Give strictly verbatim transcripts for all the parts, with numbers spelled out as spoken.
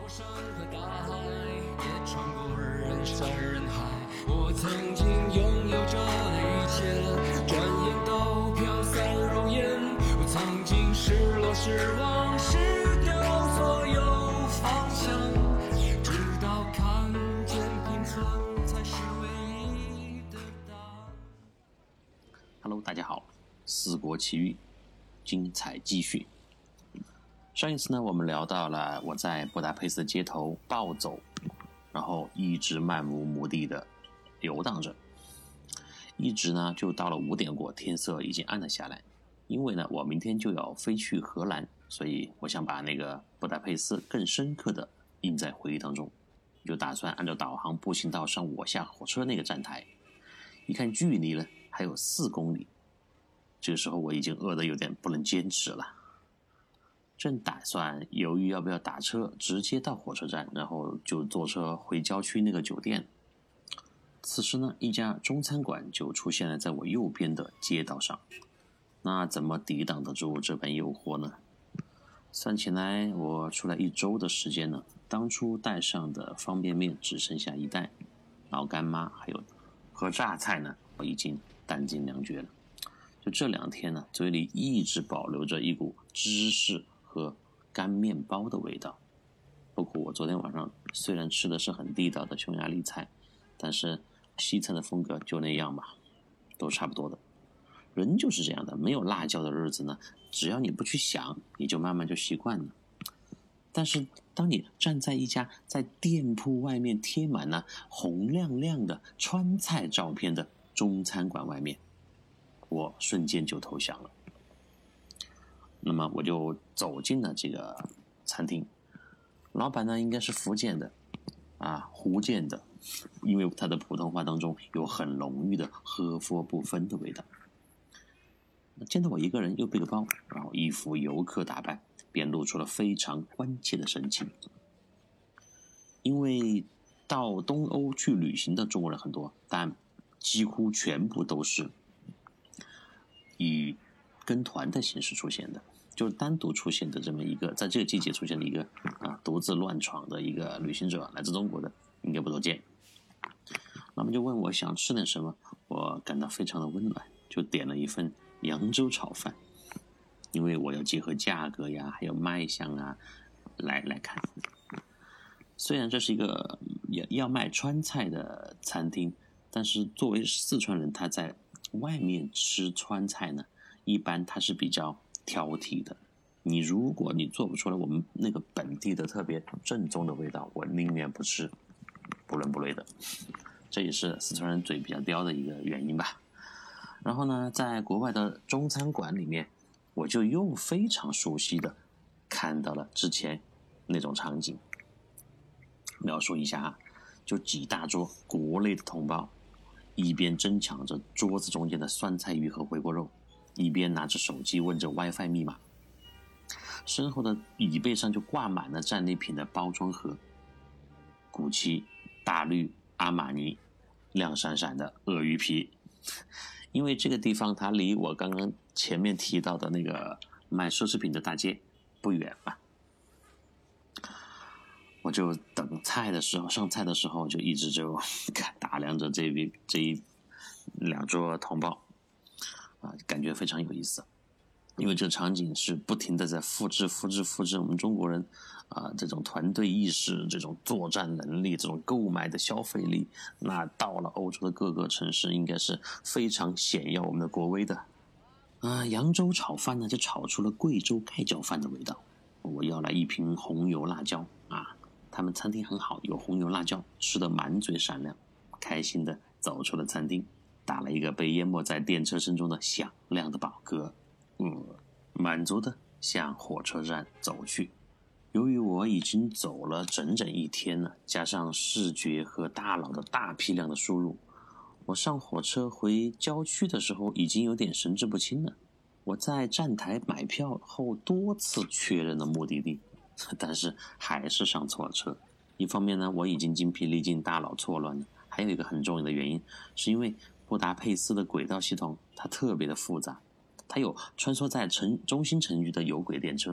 山和大海，也穿过人山人海。我曾经拥有着的一切，转眼都飘散如烟。我曾经失落失望失掉所有方向，直到看见平凡才是唯一的答案。 Hello， 大家好，四国奇遇，精彩继续。上一次呢，我们聊到了我在布达佩斯街头暴走，然后一直漫无目的的游荡着，一直呢就到了五点过，天色已经暗了下来。因为呢，我明天就要飞去荷兰，所以我想把那个布达佩斯更深刻的印在回忆当中，就打算按照导航步行到上我下火车那个站台。一看距离呢，还有四公里，这个时候我已经饿得有点不能坚持了。正打算犹豫要不要打车直接到火车站，然后就坐车回郊区那个酒店。此时呢，一家中餐馆就出现了在我右边的街道上。那怎么抵挡得住这般诱惑呢？算起来，我出来一周的时间呢，当初带上的方便面只剩下一袋，老干妈还有和榨菜呢，我已经弹尽粮绝了。就这两天呢，嘴里一直保留着一股芝士和干面包的味道。包括我昨天晚上虽然吃的是很地道的匈牙利菜，但是西餐的风格就那样吧，都差不多的。人就是这样的，没有辣椒的日子呢，只要你不去想，你就慢慢就习惯了。但是当你站在一家在店铺外面贴满了红亮亮的川菜照片的中餐馆外面，我瞬间就投降了。那么我就走进了这个餐厅，老板呢应该是福建的啊，福建的，因为他的普通话当中有很浓郁的喝佛不分的味道。见到我一个人又背个包，然后一副游客打扮，便露出了非常关切的神情。因为到东欧去旅行的中国人很多，但几乎全部都是以跟团的形式出现的，就是单独出现的这么一个，在这个季节出现的一个啊独自乱闯的一个旅行者，来自中国的应该不多见。那么就问我想吃点什么，我感到非常的温暖，就点了一份扬州炒饭，因为我要结合价格呀，还有卖相啊来来看。虽然这是一个要卖川菜的餐厅，但是作为四川人，他在外面吃川菜呢，一般他是比较挑剔的。你如果你做不出来我们那个本地的特别正宗的味道，我宁愿不吃，不伦不类的。这也是四川人嘴比较刁的一个原因吧。然后呢，在国外的中餐馆里面，我就又非常熟悉的看到了之前那种场景。描述一下啊，就几大桌国内的同胞，一边争抢着桌子中间的酸菜鱼和回锅肉，一边拿着手机问着 WiFi 密码。身后的椅背上就挂满了战利品的包装盒，古奇、大绿、阿玛尼，亮闪闪的鳄鱼皮。因为这个地方它离我刚刚前面提到的那个卖奢侈品的大街不远吧，我就等菜的时候，上菜的时候就一直就打量着这一这一两桌同胞啊，感觉非常有意思。因为这个场景是不停的在复制复制复制我们中国人啊这种团队意识、这种作战能力、这种购买的消费力，那到了欧洲的各个城市应该是非常显耀我们的国威的。啊，扬州炒饭呢就炒出了贵州盖浇饭的味道。我要来一瓶红油辣椒啊，他们餐厅很好，有红油辣椒，吃得满嘴闪亮，开心的走出了餐厅，打了一个被淹没在电车声中的响亮的饱嗝。嗯，满足的向火车站走去。由于我已经走了整整一天了，加上视觉和大脑的大批量的输入，我上火车回郊区的时候已经有点神志不清了。我在站台买票后多次确认了目的地，但是还是上错了车。一方面呢，我已经精疲力尽，大脑错乱了，还有一个很重要的原因，是因为布达佩斯的轨道系统它特别的复杂。它有穿梭在城中心城区的有轨电车，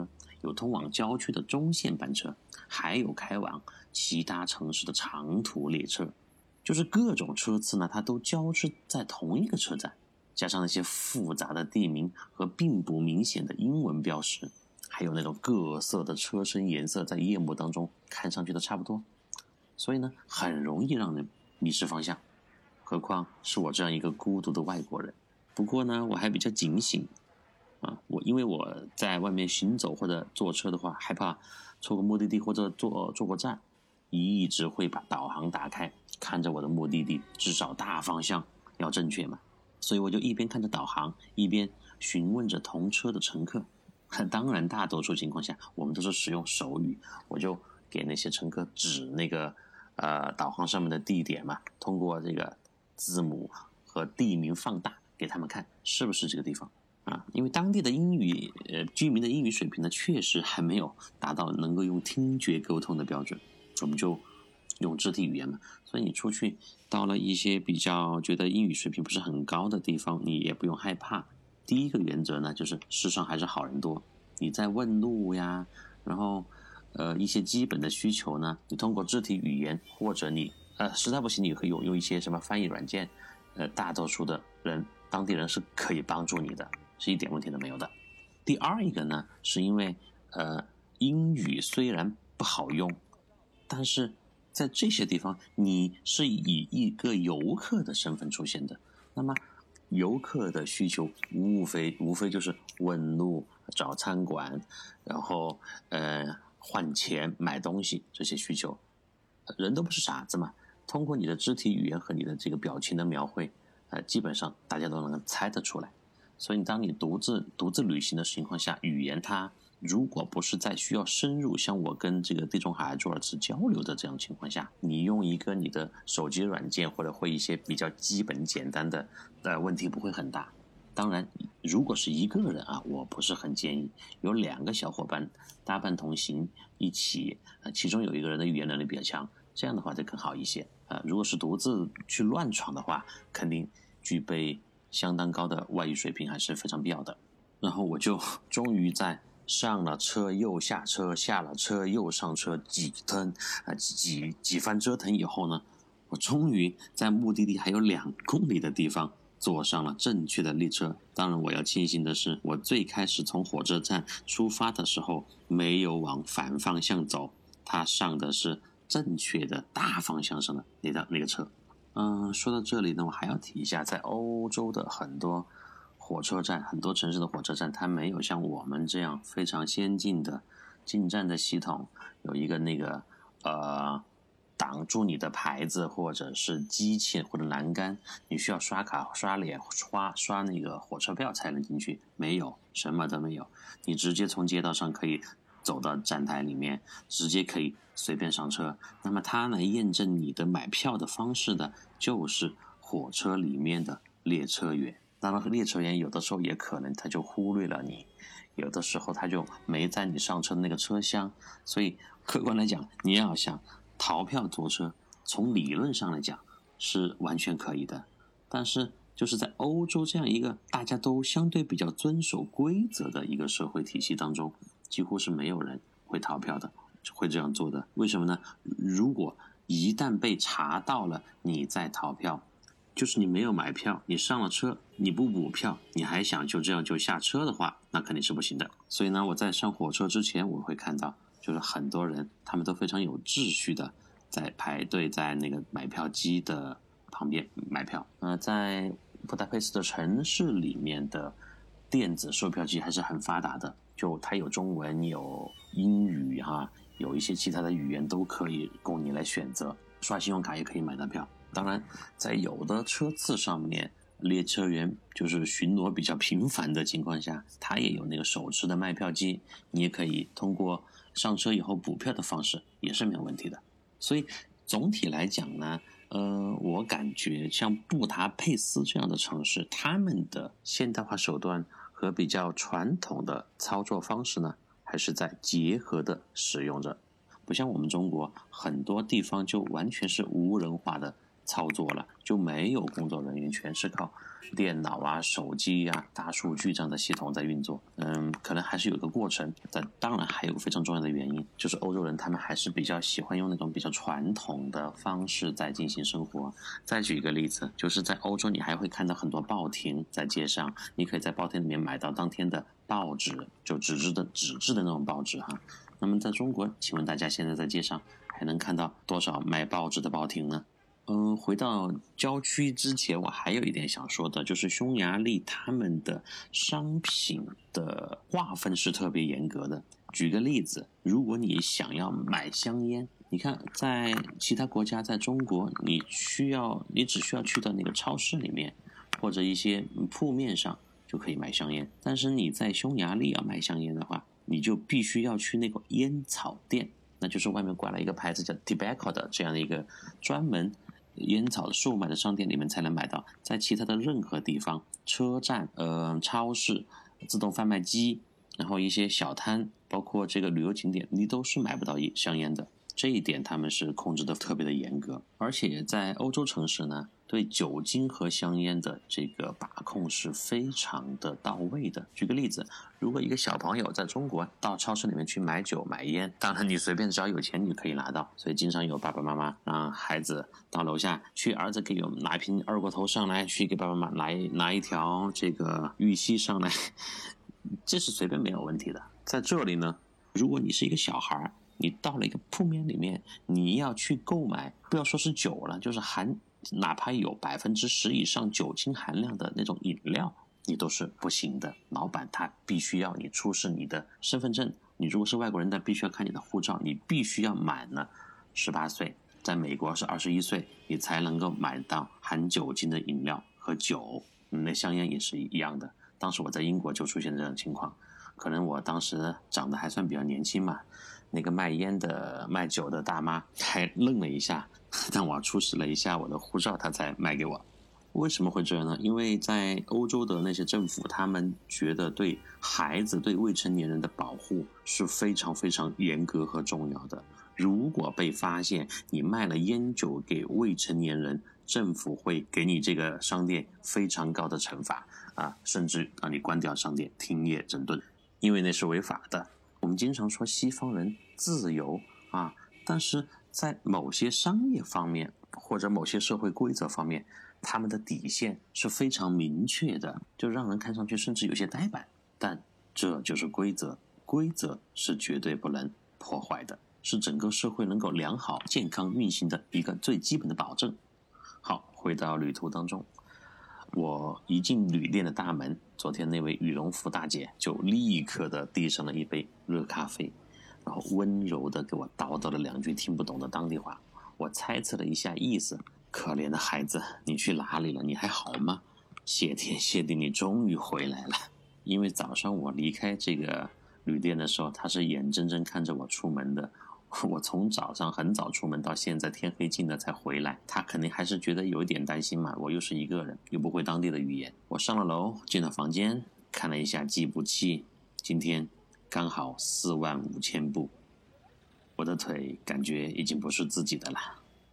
有通往郊区的中线班车，还有开往其他城市的长途列车。就是各种车次呢，它都交织在同一个车站，加上那些复杂的地名和并不明显的英文标识，还有那种各色的车身颜色，在夜幕当中看上去都差不多，所以呢，很容易让人迷失方向。何况是我这样一个孤独的外国人。不过呢，我还比较警醒啊，我因为我在外面行走或者坐车的话，害怕错过目的地或者坐坐过站，一直会把导航打开，看着我的目的地，至少大方向要正确嘛。所以我就一边看着导航，一边询问着同车的乘客。当然大多数情况下我们都是使用手语，我就给那些乘客指那个呃导航上面的地点嘛，通过这个字母和地名放大给他们看是不是这个地方啊。因为当地的英语呃居民的英语水平呢，确实还没有达到能够用听觉沟通的标准，我们就用肢体语言嘛。所以你出去到了一些比较觉得英语水平不是很高的地方，你也不用害怕。第一个原则呢，就是世上还是好人多。你在问路呀，然后呃一些基本的需求呢，你通过肢体语言，或者你呃实在不行，你可以用用一些什么翻译软件，呃大多数的人当地人是可以帮助你的，是一点问题都没有的。第二一个呢，是因为呃英语虽然不好用，但是在这些地方你是以一个游客的身份出现的，那么游客的需求无非无非就是问路、找餐馆，然后呃换钱、买东西，这些需求。人都不是傻子嘛，通过你的肢体语言和你的这个表情的描绘，呃基本上大家都能猜得出来。所以当你独自独自旅行的情况下，语言它如果不是在需要深入像我跟这个地中海猪耳赤交流的这样情况下，你用一个你的手机软件或者会一些比较基本简单的呃问题不会很大。当然如果是一个人啊，我不是很建议，有两个小伙伴搭伴同行一起，呃其中有一个人的语言能力比较强，这样的话就更好一些。呃如果是独自去乱闯的话，肯定具备相当高的外语水平还是非常必要的。然后我就终于在上了车又下车，下了车又上车，几腾啊几几番折腾以后呢，我终于在目的地还有两公里的地方坐上了正确的列车。当然我要庆幸的是，我最开始从火车站出发的时候没有往反方向走，它上的是正确的大方向上的那辆那个车。嗯，说到这里呢，我还要提一下，在欧洲的很多火车站，很多城市的火车站，它没有像我们这样非常先进的进站的系统，有一个那个呃挡住你的牌子或者是机器或者栏杆，你需要刷卡、刷脸、刷刷那个火车票才能进去。没有，什么都没有，你直接从街道上可以走到站台里面，直接可以随便上车。那么它来验证你的买票的方式的，就是火车里面的列车员。当然列车员有的时候也可能他就忽略了你，有的时候他就没在你上车的那个车厢，所以客观来讲，你要想逃票坐车，从理论上来讲是完全可以的。但是就是在欧洲这样一个大家都相对比较遵守规则的一个社会体系当中，几乎是没有人会逃票的，会这样做的。为什么呢？如果一旦被查到了你在逃票，就是你没有买票，你上了车，你不补票，你还想就这样就下车的话，那肯定是不行的。所以呢，我在上火车之前，我会看到，就是很多人他们都非常有秩序的在排队在那个买票机的旁边买票。呃，在布达佩斯的城市里面的电子售票机还是很发达的，就它有中文，有英语哈，有一些其他的语言都可以供你来选择，刷信用卡也可以买到票。当然在有的车次上面，列车员就是巡逻比较频繁的情况下，他也有那个手持的卖票机，你也可以通过上车以后补票的方式也是没有问题的。所以总体来讲呢，呃，我感觉像布达佩斯这样的城市，他们的现代化手段和比较传统的操作方式呢，还是在结合的使用着。不像我们中国很多地方就完全是无人化的操作了，就没有工作人员，全是靠电脑啊、手机啊、大数据这样的系统在运作。嗯，可能还是有一个过程，但当然还有个非常重要的原因，就是欧洲人他们还是比较喜欢用那种比较传统的方式在进行生活。再举一个例子，就是在欧洲你还会看到很多报亭在街上，你可以在报亭里面买到当天的报纸，就纸质的纸质的那种报纸哈。那么在中国，请问大家现在在街上还能看到多少卖报纸的报亭呢？嗯，回到郊区之前，我还有一点想说的，就是匈牙利他们的商品的划分是特别严格的。举个例子，如果你想要买香烟，你看在其他国家，在中国，你需要你只需要去到那个超市里面或者一些铺面上就可以买香烟，但是你在匈牙利要买香烟的话，你就必须要去那个烟草店，那就是外面挂了一个牌子叫 Tobacco 的这样的一个专门烟草售卖的商店里面才能买到，在其他的任何地方，车站、呃超市、自动贩卖机，然后一些小摊，包括这个旅游景点，你都是买不到香烟的。这一点他们是控制的特别的严格，而且在欧洲城市呢，对酒精和香烟的这个把控是非常的到位的。举个例子，如果一个小朋友在中国到超市里面去买酒买烟，当然你随便只要有钱你就可以拿到，所以经常有爸爸妈妈让孩子到楼下去，儿子给我们拿一瓶二锅头上来，去给爸爸妈妈拿一拿一条这个玉溪上来，这是随便没有问题的。在这里呢，如果你是一个小孩，你到了一个铺面里面，你要去购买，不要说是酒了，就是含哪怕有百分之十以上酒精含量的那种饮料，你都是不行的。老板他必须要你出示你的身份证，你如果是外国人，他必须要看你的护照，你必须要满了十八岁，在美国是二十一岁，你才能够买到含酒精的饮料和酒。嗯，那香烟也是一样的。当时我在英国就出现这种情况，可能我当时长得还算比较年轻嘛。那个卖烟的卖酒的大妈还愣了一下，但我出示了一下我的护照，她才卖给我。为什么会这样呢？因为在欧洲的那些政府，他们觉得对孩子、对未成年人的保护是非常非常严格和重要的。如果被发现你卖了烟酒给未成年人，政府会给你这个商店非常高的惩罚啊，甚至让你关掉商店，停业整顿，因为那是违法的。我们经常说西方人自由啊，但是在某些商业方面或者某些社会规则方面，他们的底线是非常明确的，就让人看上去甚至有些呆板。但这就是规则，规则是绝对不能破坏的，是整个社会能够良好健康运行的一个最基本的保证。好，回到旅途当中，我一进旅店的大门，昨天那位羽绒服大姐就立刻的递上了一杯热咖啡，然后温柔的给我叨叨了两句听不懂的当地话。我猜测了一下意思，可怜的孩子，你去哪里了？你还好吗？谢天谢地，你终于回来了。因为早上我离开这个旅店的时候，他是眼睁睁看着我出门的。我从早上很早出门到现在天黑尽了才回来，他肯定还是觉得有一点担心嘛，我又是一个人，又不会当地的语言。我上了楼，进了房间，看了一下计步器，今天刚好四万五千步，我的腿感觉已经不是自己的了。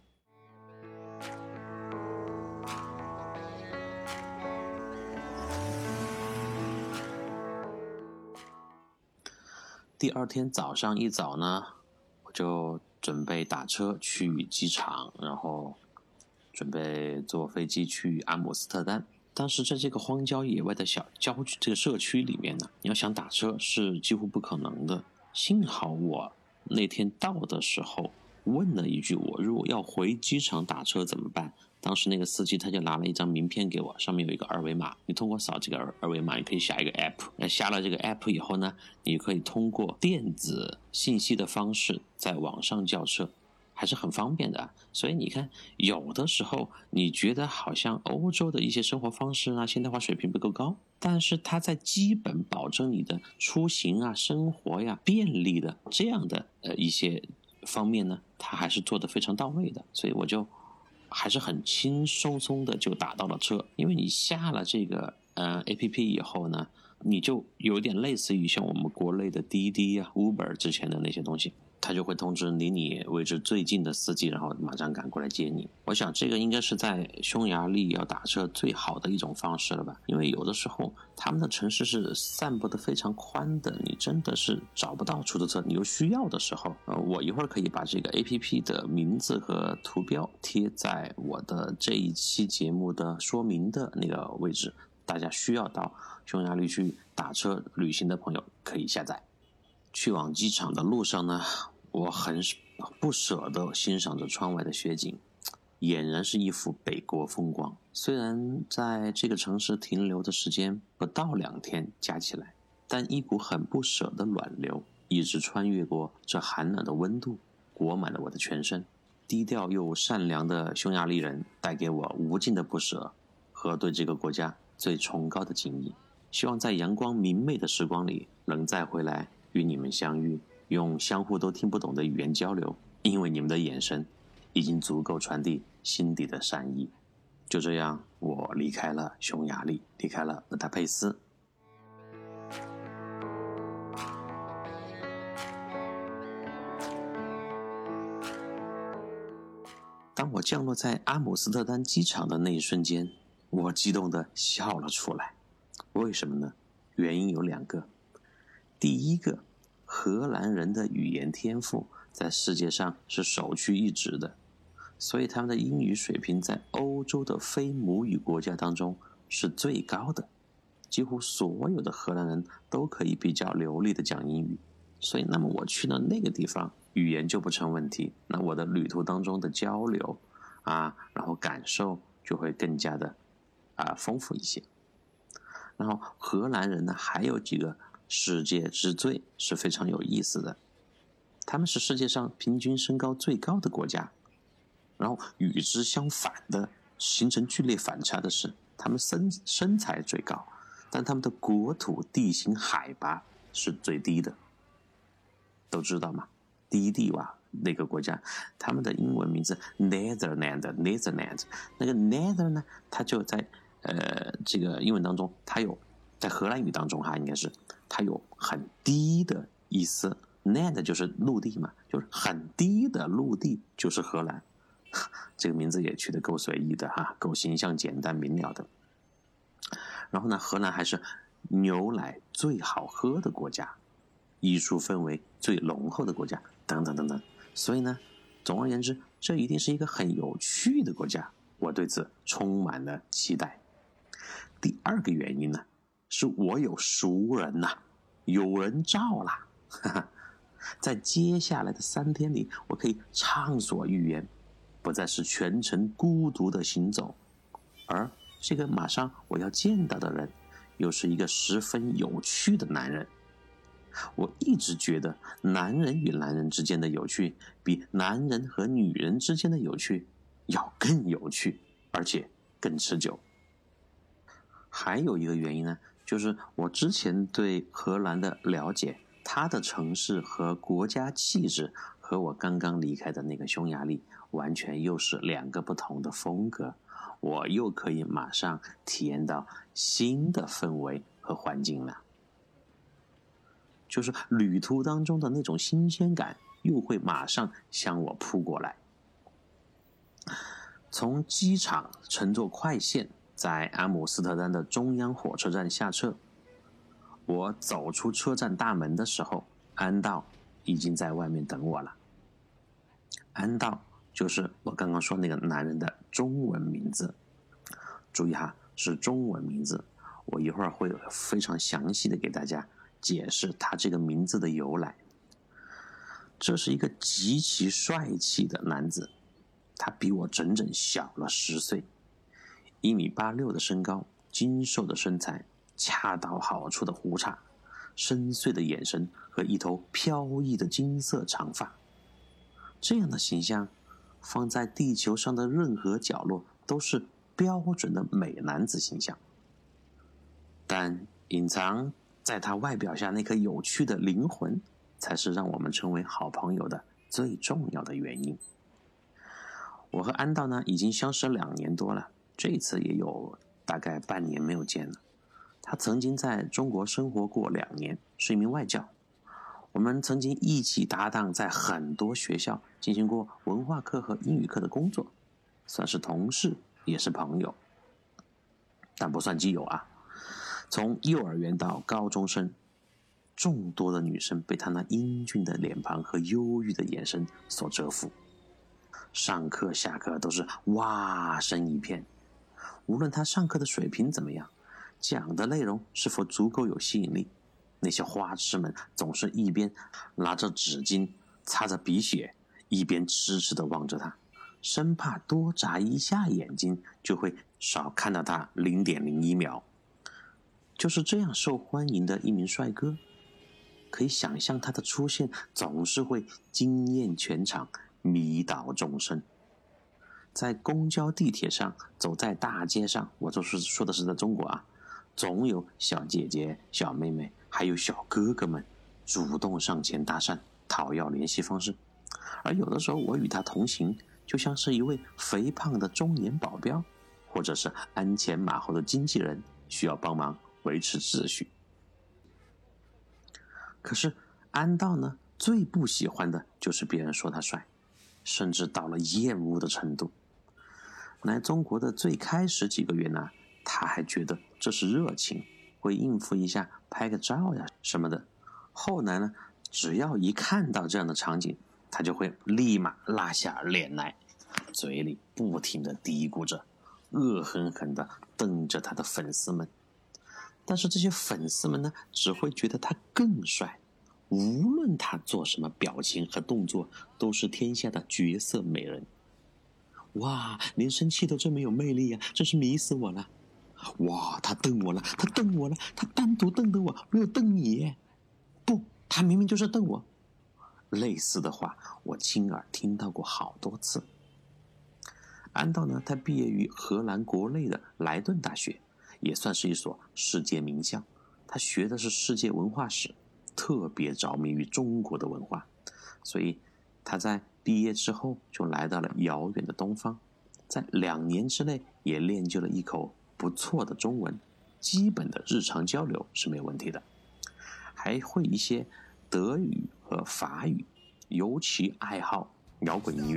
第二天早上一早呢，就准备打车去机场，然后准备坐飞机去阿姆斯特丹。但是在这个荒郊野外的小郊区这个社区里面呢，你要想打车是几乎不可能的。幸好我那天到的时候问了一句，我如果要回机场打车怎么办？当时那个司机他就拿了一张名片给我，上面有一个二维码，你通过扫这个二二维码，你可以下一个 app。那下了这个 app 以后呢，你可以通过电子信息的方式在网上叫车，还是很方便的。所以你看，有的时候你觉得好像欧洲的一些生活方式啊、现代化水平不够高，但是它在基本保证你的出行啊、生活呀、便利的这样的呃一些方面呢，它还是做得非常到位的。所以我就还是很轻松松的就打到了车。因为你下了这个呃 A P P 以后呢，你就有点类似于像我们国内的滴滴啊、Uber 之前的那些东西， 他就会通知离你位置最近的司机，然后马上赶过来接你。我想这个应该是在匈牙利要打车最好的一种方式了吧，因为有的时候他们的城市是散布的非常宽的，你真的是找不到出租车，你又需要的时候，呃，我一会儿可以把这个 A P P 的名字和图标贴在我的这一期节目的说明的那个位置，大家需要到匈牙利去打车旅行的朋友可以下载。去往机场的路上呢，我很不舍得欣赏着窗外的雪景，俨然是一幅北国风光。虽然在这个城市停留的时间不到两天加起来，但一股很不舍的暖流一直穿越过这寒冷的温度，裹满了我的全身。低调又善良的匈牙利人带给我无尽的不舍和对这个国家最崇高的敬意。希望在阳光明媚的时光里能再回来与你们相遇，用相互都听不懂的语言交流，因为你们的眼神已经足够传递心底的善意。就这样，我离开了匈牙利，离开了布达佩斯。当我降落在阿姆斯特丹机场的那一瞬间，我激动地笑了出来。为什么呢？原因有两个。第一个，荷兰人的语言天赋在世界上是首屈一指的，所以他们的英语水平在欧洲的非母语国家当中是最高的，几乎所有的荷兰人都可以比较流利的讲英语，所以那么我去了那个地方，语言就不成问题，那我的旅途当中的交流啊，然后感受就会更加的啊丰富一些。然后荷兰人呢，还有几个世界之最是非常有意思的，他们是世界上平均身高最高的国家，然后与之相反的，形成剧烈反差的是，他们身身材最高，但他们的国土地形海拔是最低的。都知道吗？低地哇，那个国家，他们的英文名字 Netherland Netherland， 那个 Nether 呢，它就在呃这个英文当中，它有在荷兰语当中哈，应该是它有很低的意思。Land 就是陆地嘛，就是很低的陆地就是荷兰。这个名字也取得够随意的哈，够形象、简单、明了的。然后呢，荷兰还是牛奶最好喝的国家，艺术氛围最浓厚的国家，等等等等。所以呢，总而言之，这一定是一个很有趣的国家，我对此充满了期待。第二个原因呢，是我有熟人呐、啊，有人罩啦。哈哈，在接下来的三天里，我可以畅所欲言，不再是全程孤独的行走，而这个马上我要见到的人，又是一个十分有趣的男人。我一直觉得男人与男人之间的有趣，比男人和女人之间的有趣要更有趣，而且更持久。还有一个原因呢，就是我之前对荷兰的了解，它的城市和国家气质和我刚刚离开的那个匈牙利完全又是两个不同的风格，我又可以马上体验到新的氛围和环境了。就是旅途当中的那种新鲜感又会马上向我扑过来。从机场乘坐快线在阿姆斯特丹的中央火车站下车，我走出车站大门的时候，安道已经在外面等我了。安道就是我刚刚说那个男人的中文名字，注意哈，是中文名字，我一会儿会非常详细的给大家解释他这个名字的由来。这是一个极其帅气的男子，他比我整整小了十岁，一米八六的身高，精瘦的身材，恰到好处的胡茬，深邃的眼神和一头飘逸的金色长发。这样的形象放在地球上的任何角落都是标准的美男子形象，但隐藏在他外表下那颗有趣的灵魂，才是让我们成为好朋友的最重要的原因。我和安道呢已经相识两年多了，这一次也有大概半年没有见了。他曾经在中国生活过两年，是一名外教。 我们曾经一起搭档在很多学校进行过文化课和英语课的工作，算是同事也是朋友，但不算基友啊。从幼儿园到高中生，众多的女生被他那英俊的脸庞和忧郁的眼神所折服，上课下课都是哇声一片。无论他上课的水平怎么样，讲的内容是否足够有吸引力，那些花痴们总是一边拿着纸巾擦着鼻血，一边痴痴地望着他，生怕多眨一下眼睛就会少看到他 零点零一 秒。就是这样受欢迎的一名帅哥，可以想象他的出现总是会惊艳全场，迷倒众生。在公交地铁上，走在大街上，我就是说的是在中国啊，总有小姐姐、小妹妹还有小哥哥们主动上前搭讪，讨要联系方式。而有的时候我与他同行，就像是一位肥胖的中年保镖，或者是鞍前马后的经纪人，需要帮忙维持秩序。可是安道呢，最不喜欢的就是别人说他帅，甚至到了厌恶的程度。来中国的最开始几个月呢，他还觉得这是热情，会应付一下，拍个照呀什么的。后来呢，只要一看到这样的场景，他就会立马拉下脸来，嘴里不停地嘀咕着，恶狠狠地瞪着他的粉丝们。但是这些粉丝们呢，只会觉得他更帅，无论他做什么表情和动作，都是天下的绝色美人。哇，连生气都这么有魅力呀、啊，真是迷死我了！哇，他瞪我了，他瞪我了，他单独瞪的我，没有瞪你耶。不，他明明就是瞪我。类似的话，我亲耳听到过好多次。安道呢，他毕业于荷兰国内的莱顿大学，也算是一所世界名校。他学的是世界文化史，特别着迷于中国的文化，所以他在毕业之后就来到了遥远的东方，在两年之内也练就了一口不错的中文，基本的日常交流是没有问题的，还会一些德语和法语，尤其爱好摇滚音乐。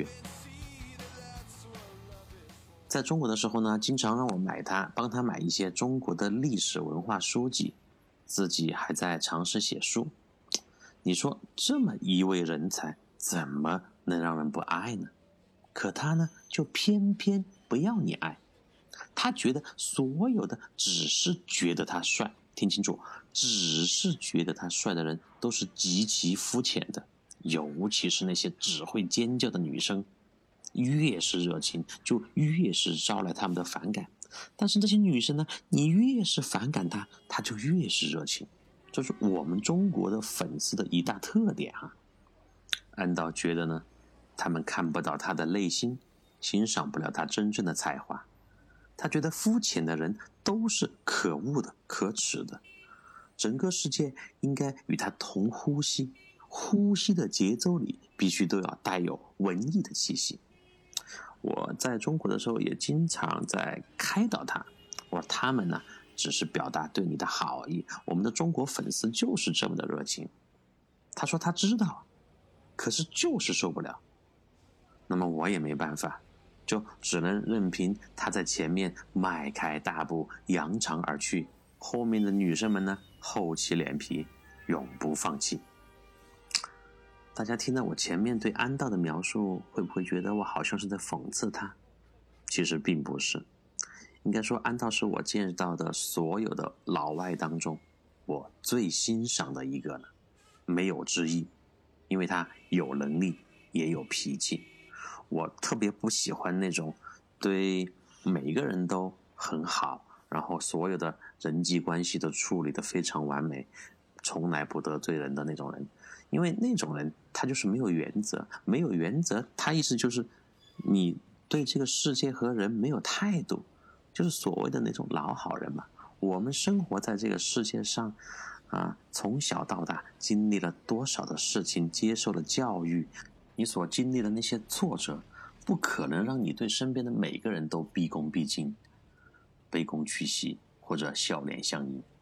在中国的时候呢，经常让我买他，帮他买一些中国的历史文化书籍，自己还在尝试写书。你说这么一位人才，怎么能让人不爱呢？可他呢，就偏偏不要你爱。他觉得所有的只是觉得他帅，听清楚，只是觉得他帅的人都是极其肤浅的，尤其是那些只会尖叫的女生，越是热情就越是招来他们的反感。但是这些女生呢，你越是反感她，她就越是热情，这是我们中国的粉丝的一大特点啊。安道觉得呢，他们看不到他的内心，欣赏不了他真正的才华。他觉得肤浅的人都是可恶的、可耻的，整个世界应该与他同呼吸，呼吸的节奏里必须都要带有文艺的气息。我在中国的时候也经常在开导他，我说他们呢只是表达对你的好意，我们的中国粉丝就是这么的热情。他说他知道，可是就是受不了。那么我也没办法，就只能任凭他在前面迈开大步扬长而去，后面的女生们呢厚起脸皮永不放弃。大家听到我前面对安道的描述，会不会觉得我好像是在讽刺他？其实并不是，应该说安道是我见到的所有的老外当中我最欣赏的一个了，没有之一。因为他有能力也有脾气。我特别不喜欢那种对每一个人都很好，然后所有的人际关系都处理得非常完美，从来不得罪人的那种人。因为那种人他就是没有原则，没有原则他意思就是你对这个世界和人没有态度，就是所谓的那种老好人嘛。我们生活在这个世界上啊，从小到大经历了多少的事情，接受了教育，你所经历的那些挫折，不可能让你对身边的每个人都毕恭毕敬、卑躬屈膝或者笑脸相迎。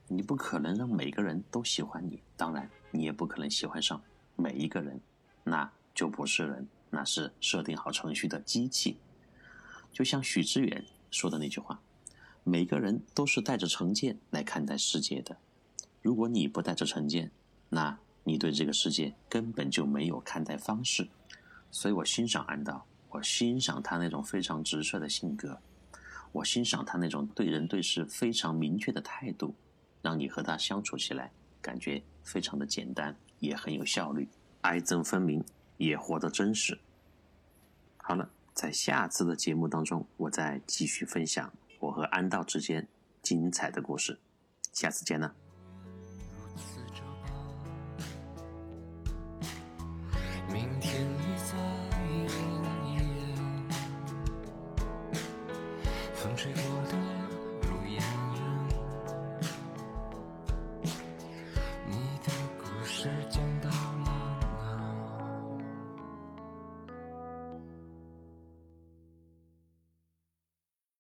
你不可能让每个人都喜欢你，当然你也不可能喜欢上每一个人，那就不是人，那是设定好程序的机器。就像许知远说的那句话，每个人都是带着成见来看待世界的，如果你不带着成见，那你对这个世界根本就没有看待方式。所以我欣赏安道，我欣赏他那种非常直率的性格，我欣赏他那种对人对事非常明确的态度，让你和他相处起来感觉非常的简单，也很有效率，爱憎分明，也活得真实。好了，在下次的节目当中，我再继续分享我和安道之间精彩的故事，下次见了。